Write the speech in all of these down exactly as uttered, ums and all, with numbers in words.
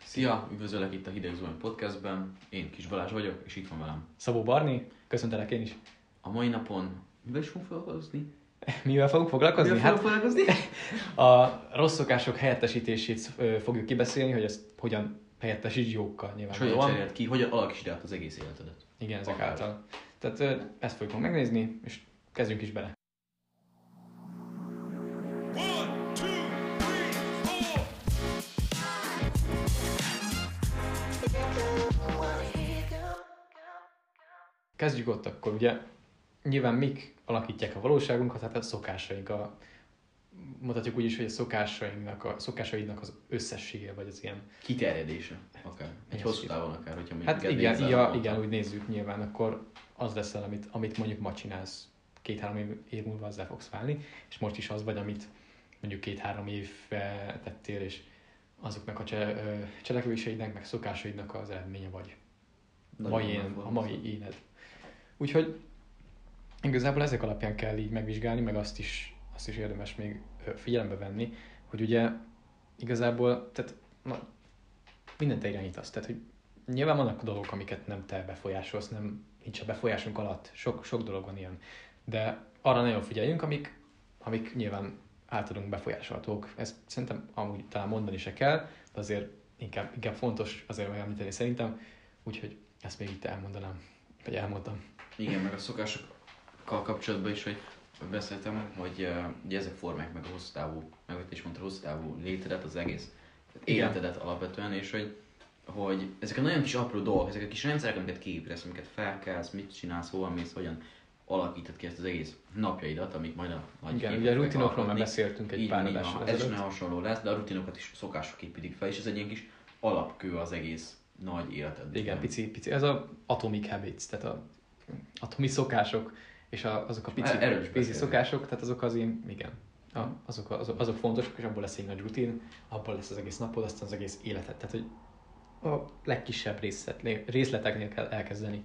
Szia! Üdvözöllek itt a Hideg Zuhany Podcastben. Én Kis Balázs vagyok, és itt van velem Szabó Barni, köszöntelek én is. A mai napon mivel is fogunk foglalkozni? Mivel fogunk foglalkozni? Mivel fogunk foglalkozni? A rossz szokások helyettesítését fogjuk kibeszélni, hogy ezt hogyan helyettesíts jókkal És hogyan nyilvánvalóan. cserélt ki, hogyan alakítsd át az egész életedet? Igen, ezek Akár. által. Tehát ö, ezt fogjuk megnézni, és kezdjünk is bele. One, two, three, four. Kezdjük ott akkor, ugye nyilván mik alakítják a valóságunkat, hát a szokásaink, a, mondhatjuk úgy is, hogy a szokásainknak, a szokásaidnak az összessége, vagy az ilyen. Kiterjedése akár. Egy Ez hosszú ki- távon akár, hogyha Hát minket igen, nézel, ja, akkor- igen, úgy nézzük nyilván, akkor az leszel, amit, amit mondjuk ma csinálsz, két-három év, év múlva azzal fogsz válni, és most is az vagy, amit mondjuk két-három évre tettél, és azoknak a cse, ö, cselekvéseidnek, meg szokásaidnak az eredménye vagy. A Nagyon mai, jól élet, a megfogalmazod. mai élet. Úgyhogy igazából ezek alapján kell így megvizsgálni, meg azt is, azt is érdemes még ö, figyelembe venni, hogy ugye igazából, tehát na, mindent te irányítasz. Tehát, hogy nyilván vannak dolgok, amiket nem te befolyásolsz, nem nincs a befolyásunk alatt. Sok, sok dolog van ilyen. De arra nagyon figyeljünk, amik, amik nyilván általunk befolyásolhatók. Ezt szerintem amúgy talán mondani se kell, de azért inkább, inkább fontos azért megemlíteni szerintem. Úgyhogy ezt még itt elmondanám, vagy elmondtam. Igen, meg a szokásokkal kapcsolatban is, hogy beszéltem, hogy uh, ugye ezek formák meg a hosszú távú, meg ott is mondta, hosszú távú létedet, az egész tehát Igen. életedet alapvetően, és hogy, hogy ezek a nagyon kis apró dolgok, ezek a kis rendszerek, amiket kiépítesz, amiket felkelsz, mit csinálsz, hova mész, hogyan alakítod ki ezt az egész napjaidat, amik majd a nagy Igen, képet ugye a fogják rutinokról már alkotni. beszéltünk egy Így pár van, így adással van. Ez is ezelőtt. nagyon hasonló lesz, de a rutinokat is szokások építik fel, és ez egy ilyen kis alapkő az egész nagy életedben. Igen, pici, pici. Ez az atomic habits, tehát a atomi szokások, és a, azok a pici, Er- erről is pici beszélünk. szokások, tehát azok az én, igen, a, azok, azok, azok fontosak, és abból lesz egy nagy rutin, abból lesz az egész napod, aztán az egész életed. Tehát, hogy a legkisebb részlet, részleteknél kell elkezdeni.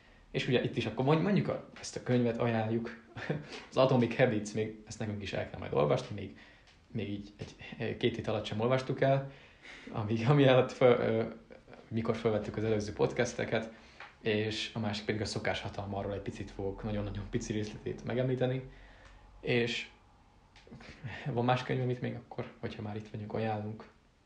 És ugye itt is akkor mondj- mondjuk a, ezt a könyvet ajánljuk, az Atomic Habits, még ezt nekünk is el kell majd olvasni, még, még így egy, két hét alatt sem olvastuk el, ami, ami alatt föl, ö, mikor felvettük az előző podcasteket, és a másik pedig a szokás hatalmáról egy picit fogok, nagyon-nagyon pici részletét megemlíteni, és van más könyv, amit még akkor, hogyha már itt vagyunk, ajánlunk.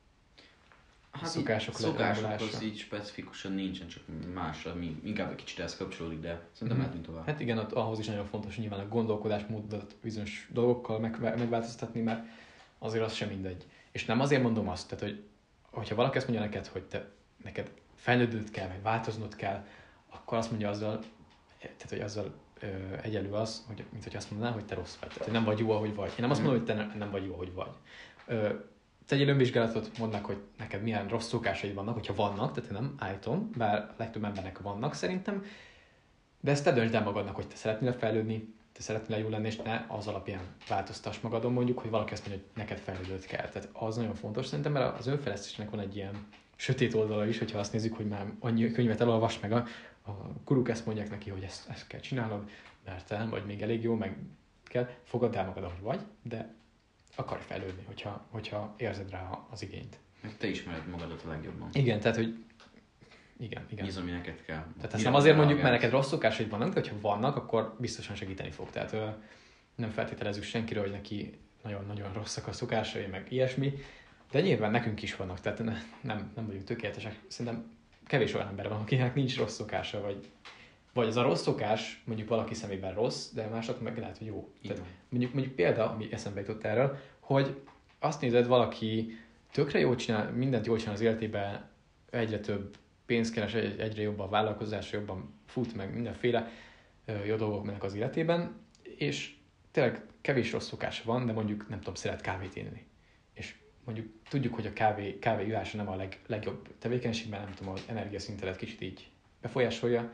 Hát Szokások így, szokásokhoz lerombolása. így specifikusan nincsen, csak más, ami inkább egy kicsit ez kapcsolódik, de szerintem Mhm. mehetünk tovább. Hát igen, ott ahhoz is nagyon fontos nyilván a gondolkodásmódot bizonyos dolgokkal meg, megváltoztatni, mert azért az sem mindegy. És nem azért mondom azt, tehát, hogy hogyha valaki azt mondja neked, hogy te, neked fejlődnöd kell, meg változnod kell, akkor azt mondja azzal, tehát, hogy azzal ö, egyelő az, hogy, mint hogy azt mondaná, hogy te rossz vagy. Tehát, hogy nem vagy jó, ahogy vagy. Én nem azt mondom, hogy te ne, nem vagy jó, ahogy vagy. Ö, tegyél önvizsgálatot, mondd meg, hogy neked milyen rossz szokásaid vannak, hogyha vannak, tehát én nem állítom, bár a legtöbb embernek vannak szerintem, de ezt te döntsd el magadnak, hogy te szeretnél fejlődni, te szeretnél jó lenni, és ne az alapján változtass magadon mondjuk, hogy valaki azt mondja, hogy neked fejlődöd kell. Tehát az nagyon fontos szerintem, mert az önfejlesztésnek van egy ilyen sötét oldala is, hogyha azt nézzük, hogy már annyi könyvet elolvas, meg a, a guruk ezt mondják neki, hogy ezt, ezt kell csinálnod, mert te nem vagy még elég jó, meg kell, fogadd el magad, ahogy vagy, de akarj fejlődni, hogyha, hogyha érzed rá az igényt. Meg te ismered magadat a legjobban. Igen, tehát, hogy igen, igen. Mi az, ami neked kell. Tehát ezt Mire nem azért mondjuk, mert reagálsz. neked rossz szokásaid vannak, de hogyha vannak, akkor biztosan segíteni fog. Tehát ö, nem feltételezzük senkiről, hogy neki nagyon-nagyon rosszak a szokásai, meg ilyesmi, de nyilván nekünk is vannak, tehát ne, nem, nem vagyunk tökéletesek. Szerintem kevés olyan ember van, akinek nincs rossz szokása, vagy, vagy az a rossz szokás mondjuk valaki szemében rossz, de mások meg lehet, hogy jó. Így Tehát van. mondjuk, mondjuk példa, ami eszembe jutott erről, hogy azt nézed, valaki tökre jól csinál, mindent jól csinál az életében, egyre több pénzt keres, egy- egyre jobban vállalkozásra, jobban fut, meg mindenféle ö, jó dolgok mennek az életében, és tényleg kevés rossz szokása van, de mondjuk nem tudom, szeret kávét inni. És mondjuk tudjuk, hogy a kávé, kávé ivása nem a leg, legjobb tevékenység, mert nem tudom, az energiaszintelet kicsit így befolyásolja,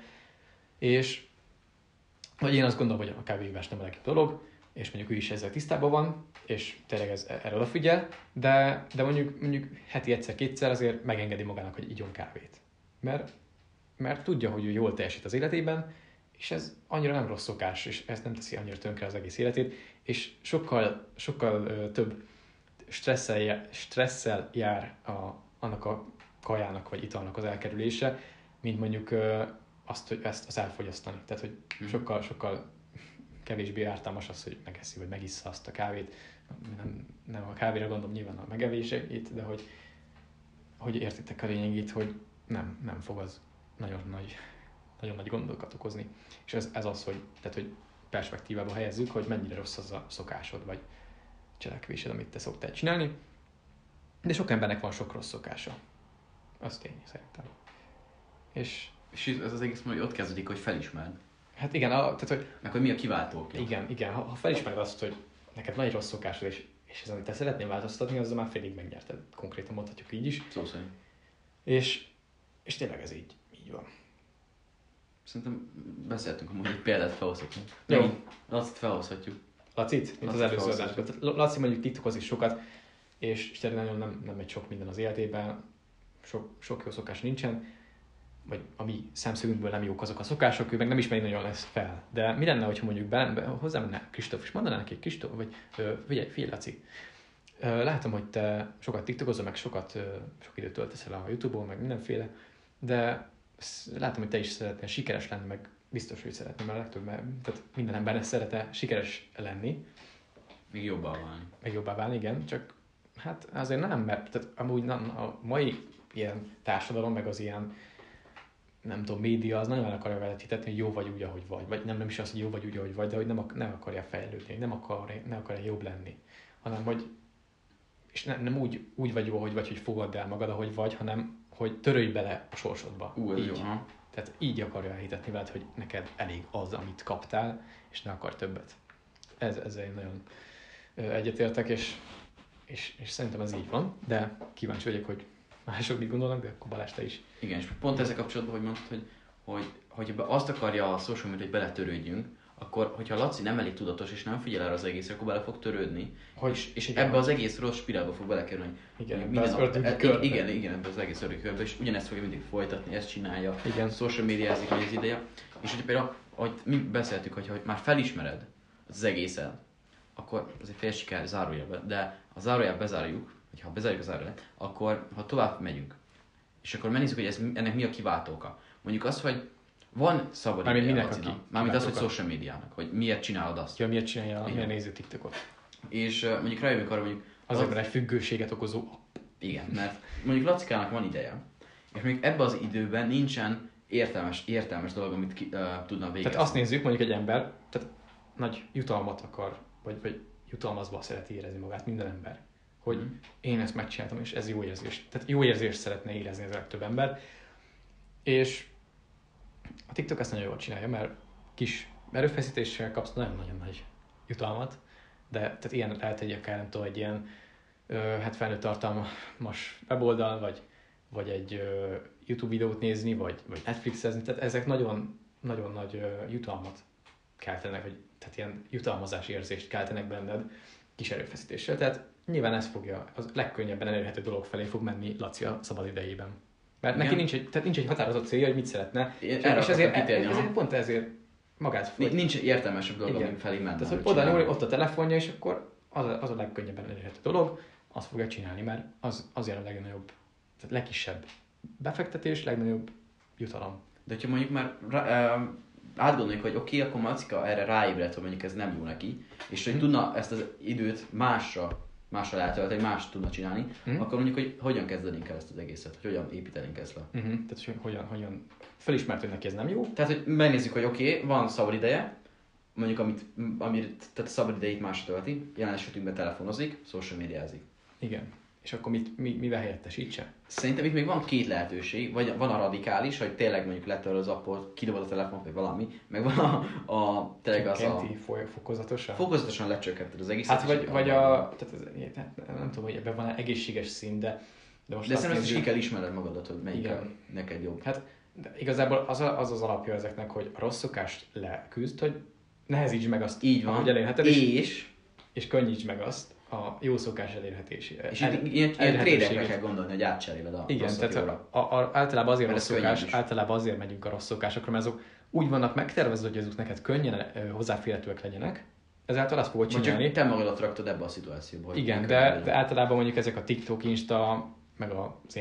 és vagy én azt gondolom, hogy a kávéivás nem a legjobb dolog, és mondjuk ő is ezzel tisztában van, és tényleg ez, erre odafigyel, de, de mondjuk, mondjuk heti egyszer-kétszer azért megengedi magának, hogy igyon kávét. Mert, mert tudja, hogy ő jól teljesít az életében, és ez annyira nem rossz szokás, és ez nem teszi annyira tönkre az egész életét, és sokkal, sokkal ö, több stresszel, jár- stresszel jár a, annak a kajának vagy italnak az elkerülése, mint mondjuk ö, azt, hogy ezt az elfogyasztani. Tehát, hogy Mhm. sokkal, sokkal kevésbé ártalmas az, hogy megeszi, vagy megissza azt a kávét. Nem, nem a kávéra gondolom, nyilván a megevését, de hogy, hogy értitek a lényegét, hogy nem, nem fog az nagyon nagy, nagyon nagy gondokat okozni. És ez, ez az, hogy, tehát, hogy perspektívába helyezzük, hogy mennyire rossz az a szokásod, vagy cselekvésed, amit te szoktál csinálni. De sok embernek van sok rossz szokása. Az tény, szerintem. És És ez az egész majd ott kezdődik, hogy felismerd. hát igen, a, tehát, hogy Meg hogy mi a kiváltó. igen, igen, ha, ha felismered azt, hogy neked van egy rossz szokásod, és, és ezen te szeretnél változtatni, azzal már félig megnyerted. Konkrétan mondhatjuk így is. Szó szerint. És, és tényleg ez így, így van. Szerintem beszéltünk amúgy egy példát felhozhatunk. Jó. Megint Lacit felhozhatjuk. Lacit, mint az Lacit előző felhozhatjuk. adásban. Tehát Laci mondjuk TikTokozik sokat, és, és tényleg nagyon nem, nem megy sok minden az életében, sok, sok jó szokás nincsen, vagy a mi szemszögünkből nem jók azok a szokások, ő meg nem ismeri nagyon ezt fel. De mi lenne, hogyha mondjuk be, be, hozzámenne Kristóf, és mondaná neki, Kristóf, vagy ö, figyelj, figyelj Laci, ö, látom, hogy te sokat tiktokozol, meg sokat, ö, sok időt töltesz el a YouTube-on, meg mindenféle, de sz- látom, hogy te is szeretnél sikeres lenni, meg biztos, hogy szeretnél, mert a legtöbb, mert, tehát minden ember ezt szerete sikeres lenni, Még jobbá válni. meg jobbá válni, igen, csak hát azért nem, mert tehát amúgy nem, a mai ilyen társadalom, meg az ilyen, nem tudom, média, az nagyon el akarja veled hitetni, hogy jó vagy úgy, ahogy vagy. Vagy nem, nem is az, hogy jó vagy úgy, ahogy vagy, de hogy nem, ak- nem akarja fejlődni, nem akar, nem akarja jobb lenni. Hanem, hogy és ne, nem úgy, úgy vagy jó, ahogy vagy, hogy fogadd el magad, ahogy vagy, hanem, hogy törődj bele a sorsodba. Ú, ez így. jó, ha? Tehát így akarja elhitetni veled, hogy neked elég az, amit kaptál, és ne akar többet. Ez, ezzel én nagyon ö, egyetértek, és, és, és szerintem ez így van, de kíváncsi vagyok, hogy mások mit gondolnak, de akkor Balázs, te is. Igen, és pont ezzel kapcsolatban, hogy mondtad, hogy, hogy, hogy be- azt akarja a social media, hogy beletörődjünk, akkor, hogyha Laci nem elég tudatos és nem figyel erre az egészre, akkor bele fog törődni. Hogy, És, és igen, ebbe az egész rossz spirálba fog belekerülni. igen, hogy ebbe az ördögi e- körbe. igen, igen, ebbe az egész ördögi körbe, és ugyanezt fogja mindig folytatni, ezt csinálja. Igen. Social médiázik, hogy az ideje. És hogyha például, ahogy mi beszéltük, hogy, hogy már felismered az egészet, akkor az egy fél siker zárójelbe, de ha zárójel bezárjuk, vagy ha bezárjuk a zárójelet, akkor ha tovább megyünk, és akkor megnézzük, hogy ez, ennek mi a kiváltóka. Mondjuk az, hogy van szabad Mármint ideje minek a Lacinak, ki- mármint az, hogy kiváltóka? social médiának, hogy miért csinálod azt. Ja, miért csinálja, Igen. miért nézi TikTokot? És uh, mondjuk rájövünk arra, mondjuk, Azért, mert egy függőséget okozó. igen, mert mondjuk Lacikának van ideje, és mondjuk ebben az időben nincsen értelmes, értelmes dolog, amit ki, uh, tudna végezni. Tehát azt nézzük, mondjuk egy ember, tehát nagy jutalmat akar, vagy, vagy jutalmazva szereti érezni magát minden ember. Hogy Mhm. én ezt megcsináltam, és ez jó érzés. Tehát jó érzést szeretne érezni az a legtöbb ember. És a TikTok ezt nagyon jól csinálja, mert kis erőfeszítéssel kapsz nagyon-nagyon nagy jutalmat, de tehát ilyen lehet egy akár, nem tudom, egy ilyen ö, hát felnőtt tartalmas weboldal, vagy, vagy egy ö, YouTube videót nézni, vagy, vagy Netflixezni, tehát ezek nagyon, nagyon nagy ö, jutalmat keltenek, vagy tehát ilyen jutalmazási érzést keltenek benned kis erőfeszítéssel. Tehát nyilván ez fogja, az legkönnyebben elérhető dolog felé fog menni Laci a szabad idejében. Mert Igen. neki nincs egy, tehát nincs egy határozott célja, hogy mit szeretne. Én És, erre és ezért, akartam kitérni, ezért aha. pont ezért magát Ni- fogy. Nincs értelmesebb dolog, Igen. ami felé menne. Tehát, hogy hogy oda csinálni. nyúl, ott a telefonja, és akkor az a, az a legkönnyebben elérhető dolog, azt fogja csinálni, mert az azért a legnagyobb, tehát legkisebb befektetés, legnagyobb jutalom. De hogyha mondjuk már rá, uh, átgondoljuk, hogy oké, okay, akkor Macika erre ráébredt, hogy mondjuk ez nem jó neki, és hogy Mhm. tudna ezt az időt másra, másra eltölteni, más tudna csinálni, Mhm. akkor mondjuk, hogy hogyan kezdenénk el ezt az egészet, hogy hogyan építenénk ezt le. Uh-huh. Tehát, hogy hogyan, hogyan felismert, hogy neki ez nem jó. Tehát, hogy megnézzük, hogy oké, okay, van szabad ideje, mondjuk amit, amit tehát a szabad idejét másra tölti, jelen esetünkben telefonozik, social médiázik. Igen. És akkor mit, mi, mivel helyettesítse? Szerintem itt még van két lehetőség, vagy van a radikális, hogy tényleg mondjuk letöröl az appot, kidobod a telefont, vagy valami, meg van a, a tényleg az a... Kenti foly- fokozatosan? Fokozatosan lecsökkented az egészet. Hát és vagy, így vagy abban- a, tehát ez, tehát nem tudom, hogy ebben van egészséges szín, de, de most De azt szerintem ezt is ki nézzük- kell ismered magadat, hogy melyik Igen. a neked jobb. Hát de igazából az, a, az az alapja ezeknek, hogy a rossz szokást leküzd, hogy nehezíts meg azt, Így van. ahogy elérheted, és, És, és könnyíts meg azt a jó szokás elérhetésére. és itt ilyen, ilyen elérhetőségét. trédekre kell gondolni, hogy átcseréled a Igen, rosszat tehát jóra. a, a, általában azért Mert rossz ez könnyebb szokás, is. általában azért megyünk a rossz szokásokra, mert azok úgy vannak megtervezve, hogy azok neked könnyen ö, hozzáférhetőek legyenek, ezáltal azt fogod csinálni. Mondjuk te magadat raktad ebbe a szituációba. Hogy Igen, neked de, legyen. de általában mondjuk ezek a TikTok, Insta, meg az ilyen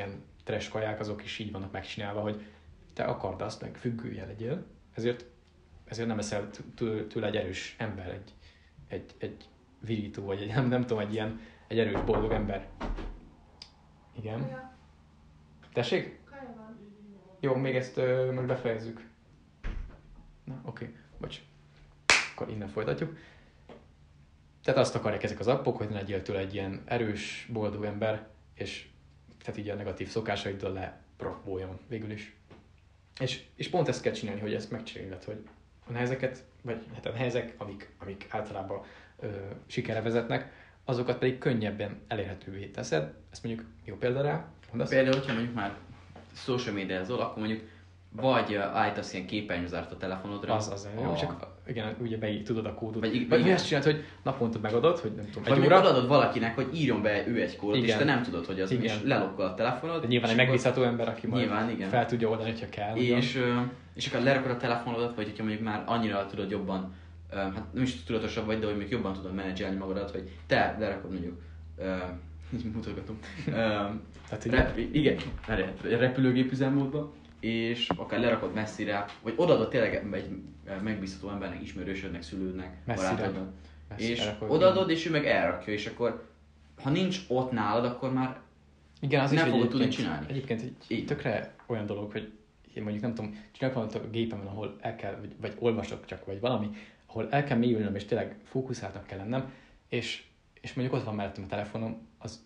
trash kaják, azok is így vannak megcsinálva, hogy te akard azt, meg függője legyél, ezért, ezért nem leszel tőle egy erős ember, egy, egy, egy virító, vagy egy, nem, nem tudom, egy ilyen egy erős, boldog ember. Igen. Kaja. Tessék? Kaja van. Jó, még ezt ö, meg befejezzük. Na, oké, okay. Bocs. Akkor innen folytatjuk. Tehát azt akarják ezek az appok, hogy ne legyél tőle egy ilyen erős, boldog ember, és tehát így a negatív szokásaiddal leprofboljon végül is. És, és pont ezt kell csinálni, hogy ezt megcsinálod, hogy a nehezeket, vagy hát a nehezek, amik, amik általában ö, sikerre vezetnek, azokat pedig könnyebben elérhetővé teszed. Ezt mondjuk jó példa rá. Mondasz? Például, hogyha mondjuk már social médiázol, akkor mondjuk vagy uh, állítasz ilyen képernyőzárt a telefonodra. Az, az jó, a... csak igen, ugye be, tudod a kódot. Vagy, Vagy, igen. azt csinálod, hogy naponta megadod, hogy nem tudom, vagy egy még óra. odaadod valakinek, hogy írjon be ő egy kódot, Igen. és te nem tudod, hogy az, Igen. és lelokkol a telefonod. De nyilván és egy akkor- megbízható ember, aki majd Nyilván, igen. fel tudja oldani, hogyha kell. És, ö, és akkor lerakod a telefonodat, vagy hogyha mondjuk már annyira tudod jobban, ö, hát nem is tudatosabb vagy, de hogy még jobban tudod menedzselni magadat, hogy te lerakod mondjuk, ö, így mutogatom, ö, Tehát, hogy rep, igen, repülőgép üzemmódba, és akár lerakod messzire, vagy odaadod tényleg egy megbízható embernek, ismerősödnek, szülődnek, Messzire. barátodnak. Messzire És rakod, odaadod, és ő meg elrakja, és akkor ha nincs ott nálad, akkor már igen, az nem is fogod tudni egyébként- csinálni. Egyébként egy Így. tökre olyan dolog, hogy én mondjuk nem tudom, csinálok valamit a gépemen, ahol el kell, vagy, vagy olvasok csak, vagy valami, ahol el kell mélyülnöm, és tényleg fókuszáltnak kell lennem, és, és mondjuk ott van mellettem a telefonom, az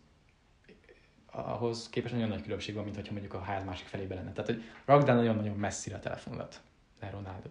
ahhoz képest nagyon nagy különbség van, mint hogyha mondjuk a ház másik felébe lenne. Tehát, hogy rakd el nagyon-nagyon messzire a telefonodat. Le Ronaldo.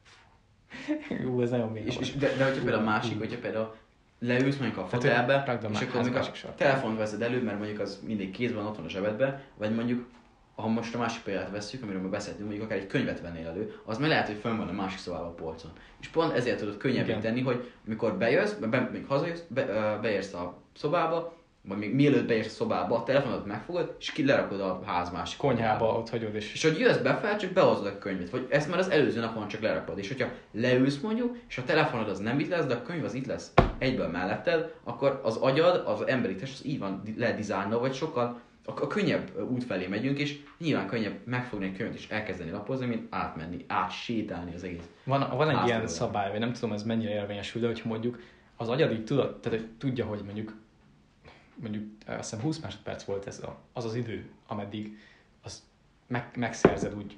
Ú, ez nagyon mély. És, és, de, de hogyha például a másik, hogyha például leülsz mondjuk a fotelbe, rakd a és má- akkor ház mondjuk másik a sarkába. telefont veszed elő, mert mondjuk az mindig kézben ott van a zsebedbe, vagy mondjuk, ha most a másik példát vesszük, amiről már beszéltünk, mondjuk akár egy könyvet vennél elő, az meg lehet, hogy fönn van a másik szobában a polcon. És pont ezért tudod könnyebbé Igen. tenni, hogy mikor bejössz, be, még hazajössz, be, ö, beérsz a szobába, vagy még mielőtt beérsz a szobába, a telefonodat megfogod, és ki lerakod a ház másik Konyhába oldalán. ott hagyod, és És hogy jössz befelé, csak behozod a könyvet, vagy ezt már az előző napon csak lerakod. És hogyha leülsz mondjuk, és a telefonod az nem itt lesz, de a könyv az itt lesz egyből melletted, akkor az agyad, az emberi test, az így van ledizájnolva, vagy sokkal a, a könnyebb út felé megyünk, és nyilván könnyebb megfogni egy könyvet és elkezdeni lapozni, mint átmenni, átsétálni az egész. Van, van egy ilyen Háztartó. szabály, vagy nem tudom, ez mennyire érvényesül, de hogyha mondjuk az agyad így tudod, tehát hogy tudja, hogy mondjuk mondjuk azt hiszem húsz másodperc volt ez a, az az idő, ameddig azt meg, megszerzed úgy,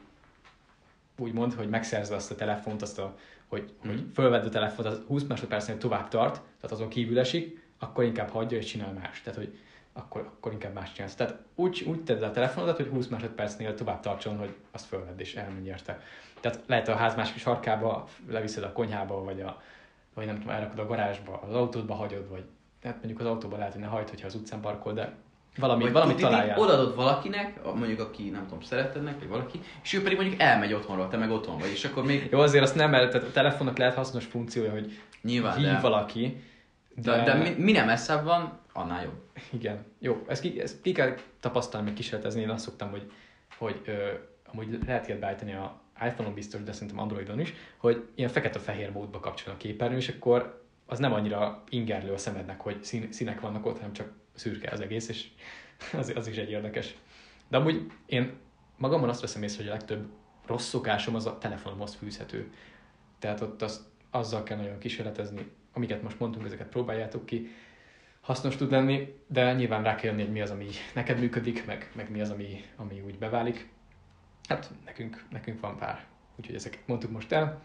úgy mond, hogy megszerzed azt a telefont, azt a, hogy, Mhm. hogy fölvedd a telefont, az húsz másodpercnél tovább tart, tehát azon kívül esik, akkor inkább hagyja és csinál más. Tehát, hogy akkor, akkor inkább más csinálsz. Tehát úgy, úgy tedd le a telefonodat, hogy húsz másodpercnél tovább tartson, hogy azt fölvedd és elmenj érte. Tehát lehet a ház másik sarkába, leviszed a konyhába, vagy, a, vagy nem tudom, elrakod a garázsba, az autódba hagyod, vagy tehát mondjuk az autóban lehet, hogy ne hagyd, hogyha az utcán parkol, de valami, Vagy valamit tudni, találjál. odaadod valakinek, a- mondjuk aki nem tudom, szeretednek, vagy valaki, és ő pedig mondjuk elmegy otthonról, te meg otthon vagy, és akkor még Jó, azért azt nem, mert tehát a telefonnak lehet hasznos funkciója, hogy nyilván, hív de, valaki, de, de mi, minél messzebb van, annál jobb. igen. Jó, ezt ki, ezt ki kell tapasztalni, meg kísérletezni. Én azt szoktam, hogy, hogy ö, amúgy lehet ilyet beállítani a iPhone-on biztos, de szerintem Androidon is, hogy ilyen fekete-fehér módba kapcsol a képernyő, és akkor az nem annyira ingerlő a szemednek, hogy szín, színek vannak ott, hanem csak szürke az egész, és az, az is egy érdekes. De amúgy én magamon azt veszem észre, hogy a legtöbb rossz szokásom az a telefonomhoz fűzhető. Tehát ott azt, azzal kell nagyon kísérletezni, amiket most mondtunk, ezeket próbáljátok ki. Hasznos tud lenni, de nyilván rá kell jönni, hogy mi az, ami neked működik, meg, meg mi az, ami, ami úgy beválik. Hát nekünk, nekünk van pár, úgyhogy ezeket mondtuk most el.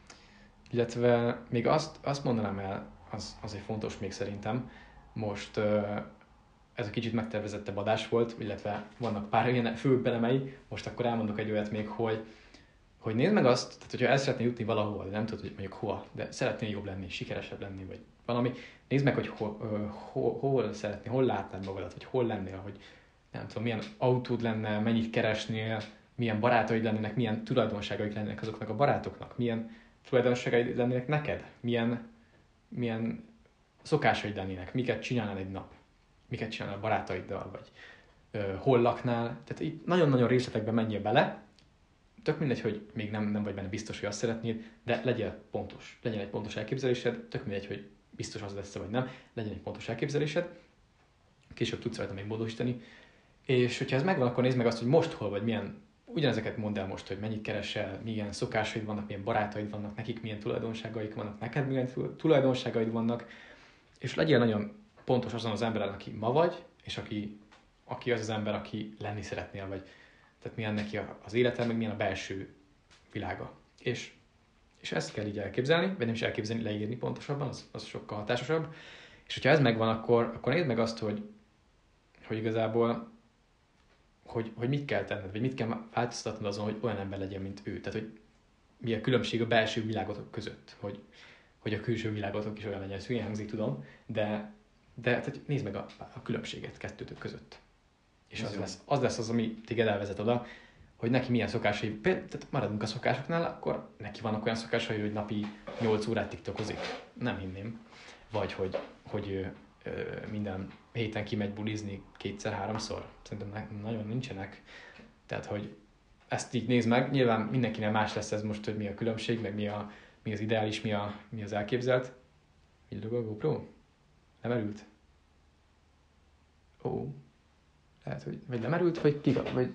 Illetve még azt, azt mondanám el, az, az egy fontos még szerintem, most uh, ez a kicsit megtervezettebb adás volt, illetve vannak pár ilyen fő elemei, most akkor elmondok egy olyat még, hogy, hogy nézd meg azt, tehát hogyha el szeretnél jutni valahova, de nem tudod, hogy mondjuk hova, de szeretnél jobb lenni, sikeresebb lenni, vagy valami, nézd meg, hogy hol, uh, hol, hol szeretnél, hol látnád magadat, vagy hol lennél, hogy nem tudom, milyen autód lenne, mennyit keresnél, milyen barátaid lennének, milyen tulajdonságaik lennének azoknak a barátoknak, milyen tulajdonságaid lennének neked, milyen, milyen szokásaid lennének, miket csinálnál egy nap, miket csinálnál a barátaiddal, vagy ö, hol laknál. Tehát itt nagyon-nagyon részletekben menjél bele, tök mindegy, hogy még nem, nem vagy benne biztos, hogy azt szeretnéd, de legyen pontos, legyen egy pontos elképzelésed, tök mindegy, hogy biztos az lesz vagy nem, legyen egy pontos elképzelésed, később tudsz rajta még módosítani, És hogyha ez megvan, akkor nézd meg azt, hogy most hol vagy, milyen, ugyanezeket mondd el most, hogy mennyit keresel, milyen szokásaid vannak, milyen barátaid vannak, nekik milyen tulajdonságaik vannak, neked milyen tulajdonságaid vannak, és legyél nagyon pontos azon az emberen, aki ma vagy, és aki, aki az az ember, aki lenni szeretnél, vagy tehát milyen neki az élete, meg milyen a belső világa. És, és ezt kell így elképzelni, vagy nem is elképzelni, leírni pontosabban, az, az sokkal hatásosabb. És hogyha ez megvan, akkor, akkor nézd meg azt, hogy, hogy igazából hogy, hogy mit kell tenned, vagy mit kell változtatnod azon, hogy olyan ember legyen, mint ő. Tehát, hogy mi a különbség a belső világotok között, hogy, hogy a külső világotok is olyan legyen, ez hülyén hangzik, tudom, de, de tehát nézd meg a, a különbséget kettőtök között. És az lesz, az lesz az, ami téged elvezet oda, hogy neki milyen szokásai, tehát maradunk a szokásoknál, akkor neki vannak olyan szokásai, hogy napi nyolc órát tiktokozik. Nem hinném. Vagy hogy, hogy ö, ö, minden héten kimegy bulizni kétszer-háromszor. Szerintem nagyon nincsenek. Tehát, hogy ezt így nézd meg. Nyilván mindenkinek más lesz ez most, hogy mi a különbség, meg mi, a, mi az ideális, mi, a, mi az elképzelt. Villog a GoPro? Lemerült? Ó. Lehet, hogy vagy lemerült, vagy ki, vagy...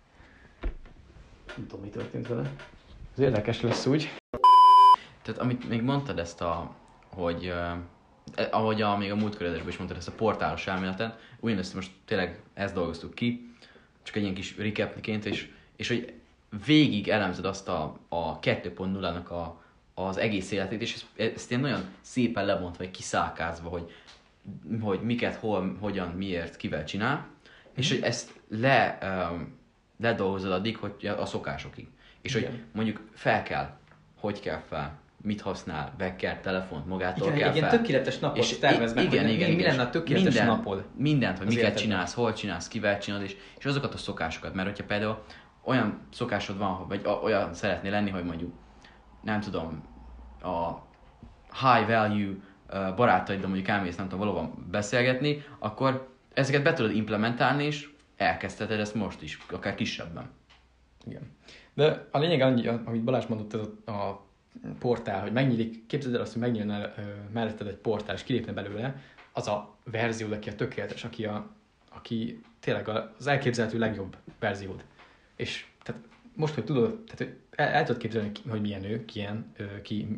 Nem tudom, mi történt vele. Ez érdekes lesz úgy. Tehát amit még mondtad ezt a, hogy eh, ahogy a, még a múlt körülésben is mondtad ezt a portálos elméletet, ugyanezt most tényleg ezt dolgoztuk ki, csak egy ilyen kis recapként, és, és hogy végig elemzed azt a, a kettő pont nullának a, az egész életét, és ezt, ezt ilyen nagyon szépen lebontva, vagy kiszálkázva, hogy, hogy miket, hol, hogyan, miért, kivel csinál, mm-hmm. és hogy ezt le, um, ledolgozod addig, hogy a szokásokig. És igen. hogy mondjuk fel kell, hogy kell fel, mit használ, vekker, telefont, magától igen, kell egy fel. ilyen tökéletes napot és tervez meg, igen, hogy igen, mi, igen, mi lenne a tökéletes minden, napod. Mindent, hogy miket életedben. Csinálsz, hol csinálsz, kivel csinálod, és, és azokat a szokásokat. Mert hogyha például olyan szokásod van, vagy olyan szeretnél lenni, hogy mondjuk, nem tudom, a high value barátaiddal mondjuk elmész, nem tudom, valóban beszélgetni, akkor ezeket be tudod implementálni, és elkezdheted ezt most is, akár kisebben. Igen. De a lényeg annyi, amit Balázs mondott, ez a, a portál, hogy megnyílik, képzeld el azt, hogy megnyílna melletted egy portál, és kilépne belőle, az a verziód, aki a tökéletes, aki, a, aki tényleg az elképzelhető legjobb verziód. És tehát most, hogy tudod, tehát hogy el, el tudod képzelni, hogy milyen ő, ki ilyen, ki,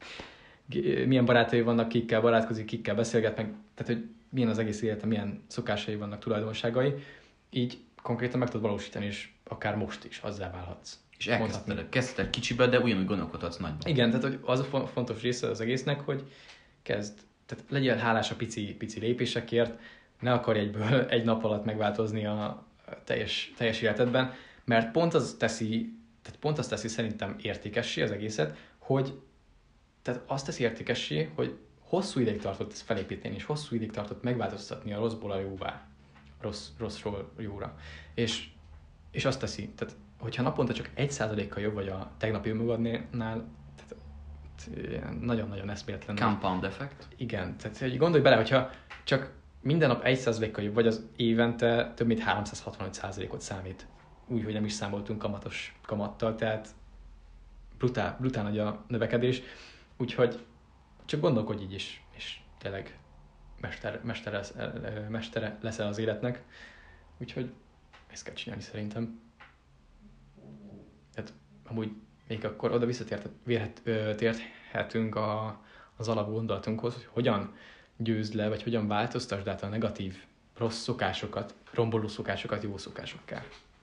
milyen barátai vannak, kikkel barátkozik, kikkel beszélget, meg, tehát hogy milyen az egész élete, milyen szokásai vannak, tulajdonságai, így konkrétan meg tudod valósítani, és akár most is azzá válhatsz. És elkezdted, kezdted kicsibe, de ugyanúgy gondolkodhatsz nagyban. Igen, tehát hogy az a fontos része az egésznek, hogy kezd, tehát legyél hálás a pici, pici lépésekért, ne akarj egyből egy nap alatt megváltozni a teljes, teljes életedben, mert pont az teszi, tehát pont az teszi szerintem értékessé az egészet, hogy tehát azt teszi értékessé, hogy hosszú ideig tartott ezt felépíteni, és hosszú ideig tartott megváltoztatni a rosszból a jóvá, rossz, rosszról jóra. És, és azt teszi, tehát hogyha naponta csak egy százalékkal jobb vagy a tegnapi önmagadnál, nagyon-nagyon eszméletlen. Compound effect. Igen, tehát hogy gondolj bele, hogyha csak minden nap egy százalékkal jobb vagy, az évente több mint háromszázhatvanöt százalékot számít. Úgy, hogy nem is számoltunk kamatos kamattal, tehát brutál, brutál nagy a növekedés. Úgyhogy csak gondolkodj így is, és tényleg mester, mestere, mestere leszel az életnek. Úgyhogy ezt kell csinálni szerintem. Tehát amúgy még akkor oda visszatérhetünk a, az alapgondolatunkhoz, hogy hogyan győzd le, vagy hogyan változtasd át a negatív, rossz szokásokat, romboló szokásokat jó szokásokká.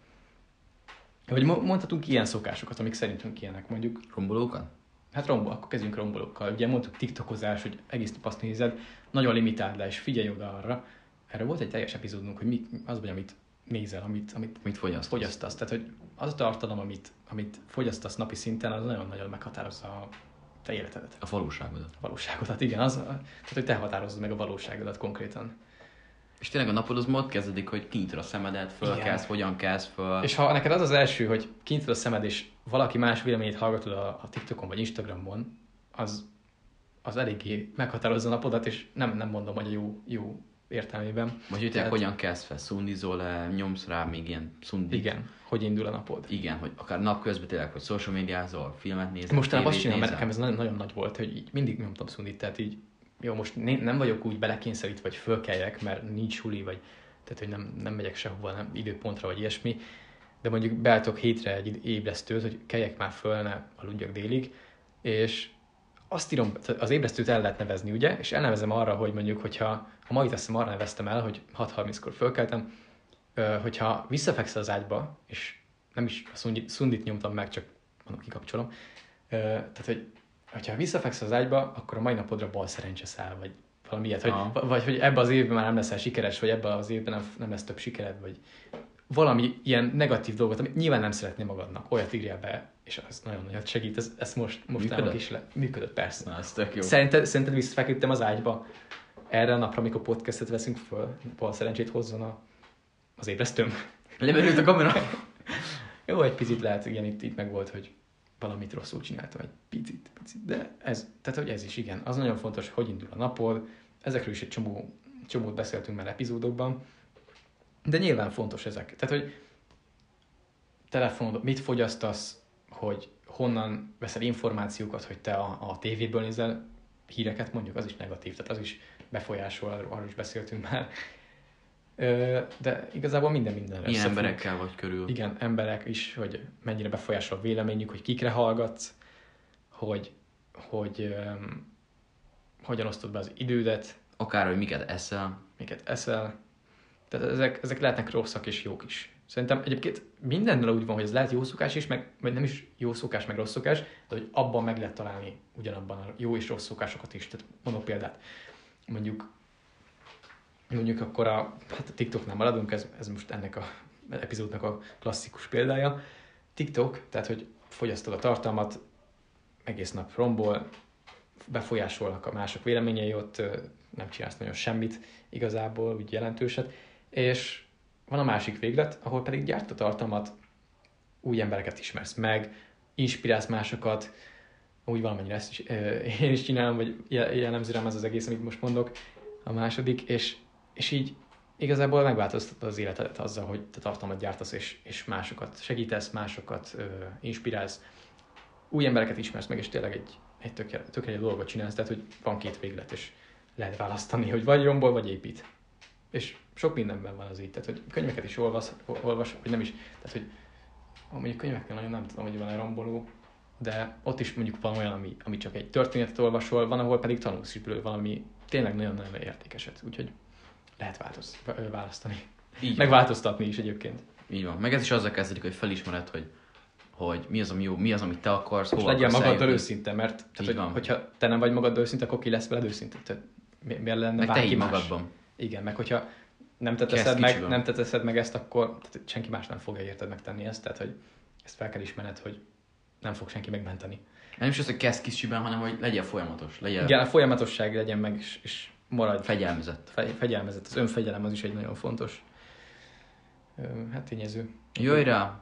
Vagy mondhatunk ilyen szokásokat, amik szerintünk ilyenek, mondjuk. Rombolókat? Hát rombol, akkor kezdjünk rombolókkal. Ugye mondtuk tiktokozás, hogy egész nap azt nézed, nagyon limitáld le, és figyelj oda arra. Erre volt egy teljes epizódunk, hogy mi, az vagy, amit nézel, amit, amit mit fogyasztasz. fogyasztasz. Tehát, hogy az a tartalom, amit, amit fogyasztasz napi szinten, az nagyon-nagyon meghatározza a te életedet. A valóságodat. A valóságodat, igen. Az, tehát, hogy te határozod meg a valóságodat konkrétan. És tényleg a napod az ott kezdődik, hogy kinyitod a szemedet, fölkelsz, hogyan kelsz föl. És ha neked az az első, hogy kinyitod a szemed, és valaki más véleményét hallgatod a, a TikTokon vagy Instagramon, az, az eléggé meghatározza a napodat, és nem, nem mondom, hogy a jó, jó értelmében. Vagy hogy Tehát... hogyan kezd fel, szundizol-e, nyomsz rá még ilyen szundit. Igen, hogy indul a napod. Igen, hogy akár napközben tényleg, hogy social médiázol, filmet nézel, mostanában azt csinálom, mert nekem ez nagyon, nagyon nagy volt, hogy így mindig nyomtam szundit, tehát így jó, most né- nem vagyok úgy belekényszerítve, vagy fölkeljek, mert nincs suli, vagy tehát hogy nem, nem megyek sehova, nem időpontra vagy ilyesmi, de mondjuk beálltok hétre egy ébresztőt, hogy keljek már föl, ne aludjak délig, és azt írom, az ébresztőt el lehet nevezni, ugye, és elnevezem arra, hogy mondjuk, hogyha, ha ma itt azt hiszem arra neveztem el, hogy hat harminckor fölkeltem, hogyha visszafekszel az ágyba, és nem is a szundit, szundit nyomtam meg, csak mondom, kikapcsolom, tehát, hogy hogyha visszafekszel az ágyba, akkor a mai napodra bal szerencse száll, vagy valami ilyet, hogy, vagy hogy ebben az évben már nem leszel sikeres, vagy ebben az évben nem, nem lesz több sikered, vagy valami ilyen negatív dolgot, amit nyilván nem szeretnél magadnak, olyat írjál be, és az nagyon nagyot segít, ez, ez most, most működött? is le. Működött, persze. Na, ez tök jó. Szerinted, szerinted visszafeküdtem az ágyba erre a napra, amikor podcastet veszünk föl, bal szerencsét hozzon a, az ébresztőm? Lemerült a kamera. Jó, egy picit lehet, igen, itt, itt meg volt, hogy valamit rosszul csináltam, egy picit, picit, de ez, tehát hogy ez is, igen, az nagyon fontos, hogy indul a napod, ezekről is egy csomó, csomót beszéltünk már epizódokban, de nyilván fontos ezek, tehát hogy telefonod, mit fogyasztasz, hogy honnan veszel információkat, hogy te a, a tévéből nézel híreket, mondjuk, az is negatív, tehát az is befolyásol, arról is beszéltünk már. De igazából minden mindenre. Milyen emberekkel vagy körül. Igen, emberek is, hogy mennyire befolyásol a véleményük, hogy kikre hallgatsz, hogy, hogy um, hogyan osztod be az idődet. Akár, hogy miket eszel. Miket eszel. Tehát ezek, ezek lehetnek rosszak és jók is. Szerintem egyébként mindennel úgy van, hogy ez lehet jó szokás is, meg, vagy nem is jó szokás, meg rossz szokás, de hogy abban meg lehet találni ugyanabban a jó és rossz szokásokat is. Tehát mondok példát. Mondjuk Mondjuk akkor a, hát a TikToknál maradunk, ez, ez most ennek a epizódnak a klasszikus példája. TikTok, tehát hogy fogyasztod a tartalmat, egész nap rombol, befolyásolnak a mások véleményei, ott nem csinálsz nagyon semmit igazából, úgy jelentőset, és van a másik véglet, ahol pedig gyárt a tartalmat, új embereket ismersz meg, inspirálsz másokat, úgy valamennyire ezt is, én is csinálom, vagy jellemző rám ez az egész, amit most mondok, a második, és És így igazából megváltoztatta az életedet azzal, hogy te tartalmat gyártasz, és, és másokat segítesz, másokat ö, inspirálsz, új embereket ismersz meg, és tényleg egy, egy tökéletes tökélet dolgot csinálsz, tehát hogy van két véglet, és lehet választani, hogy vagy rombol, vagy épít. És sok mindenben van az így, tehát hogy könyveket is olvas, olvas vagy nem is, tehát hogy mondjuk könyveknél nagyon nem tudom, hogy van egy romboló, de ott is mondjuk van olyan, ami, ami csak egy történetet olvasol, van, ahol pedig tanulsz is belőle valami tényleg nagyon-nagyon értékeset, úgyhogy lehet változ, választani. Így meg van. változtatni is egyébként. Így van. Meg ez is azzal kezdődik, hogy felismered, hogy, hogy mi az, ami jó, mi az, amit te akarsz, És hova legyél akarsz magaddal eljutni. őszinte, mert tehát, hogy, van. hogyha te nem vagy magaddal őszinte, akkor ki lesz veled őszinte? Tehát mi- miért lenne Meg te bárki így más? magadban. Igen, meg hogyha nem te, Kezd teszed meg, kicsiben. nem te teszed meg ezt, akkor tehát senki más nem fogja érted megtenni ezt, tehát hogy ezt fel kell ismerned, hogy nem fog senki megmenteni. Nem is az, hogy kezd kicsiben, hanem hogy legyél folyamatos, legyél Igen, a folyamatosság legyen meg, és, és maradj fegyelmezett. Fe, fegyelmezett. Az önfegyelem az is egy nagyon fontos ö, hát tényező. Jöjj rá,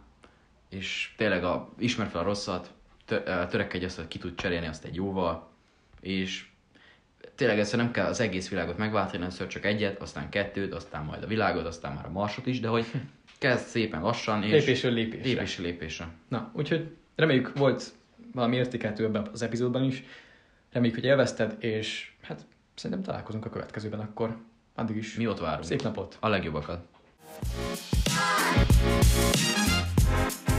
és tényleg a, ismerd fel a rosszat, tö, törekedj azt, hogy ki tud cserélni azt egy jóval, és tényleg ezt nem kell az egész világot megváltani, először csak egyet, aztán kettőt, aztán majd a világot, aztán már a marsot is, de hogy kezd szépen lassan, és Lépésről lépésre. lépésről lépésre. Na, úgyhogy reméljük volt valami értékeltő ebben az epizódban is. Reméljük, hogy élvezted, és hát szerintem találkozunk a következőben akkor. Addig is. Mi ott várunk. Szép napot! A legjobbakat.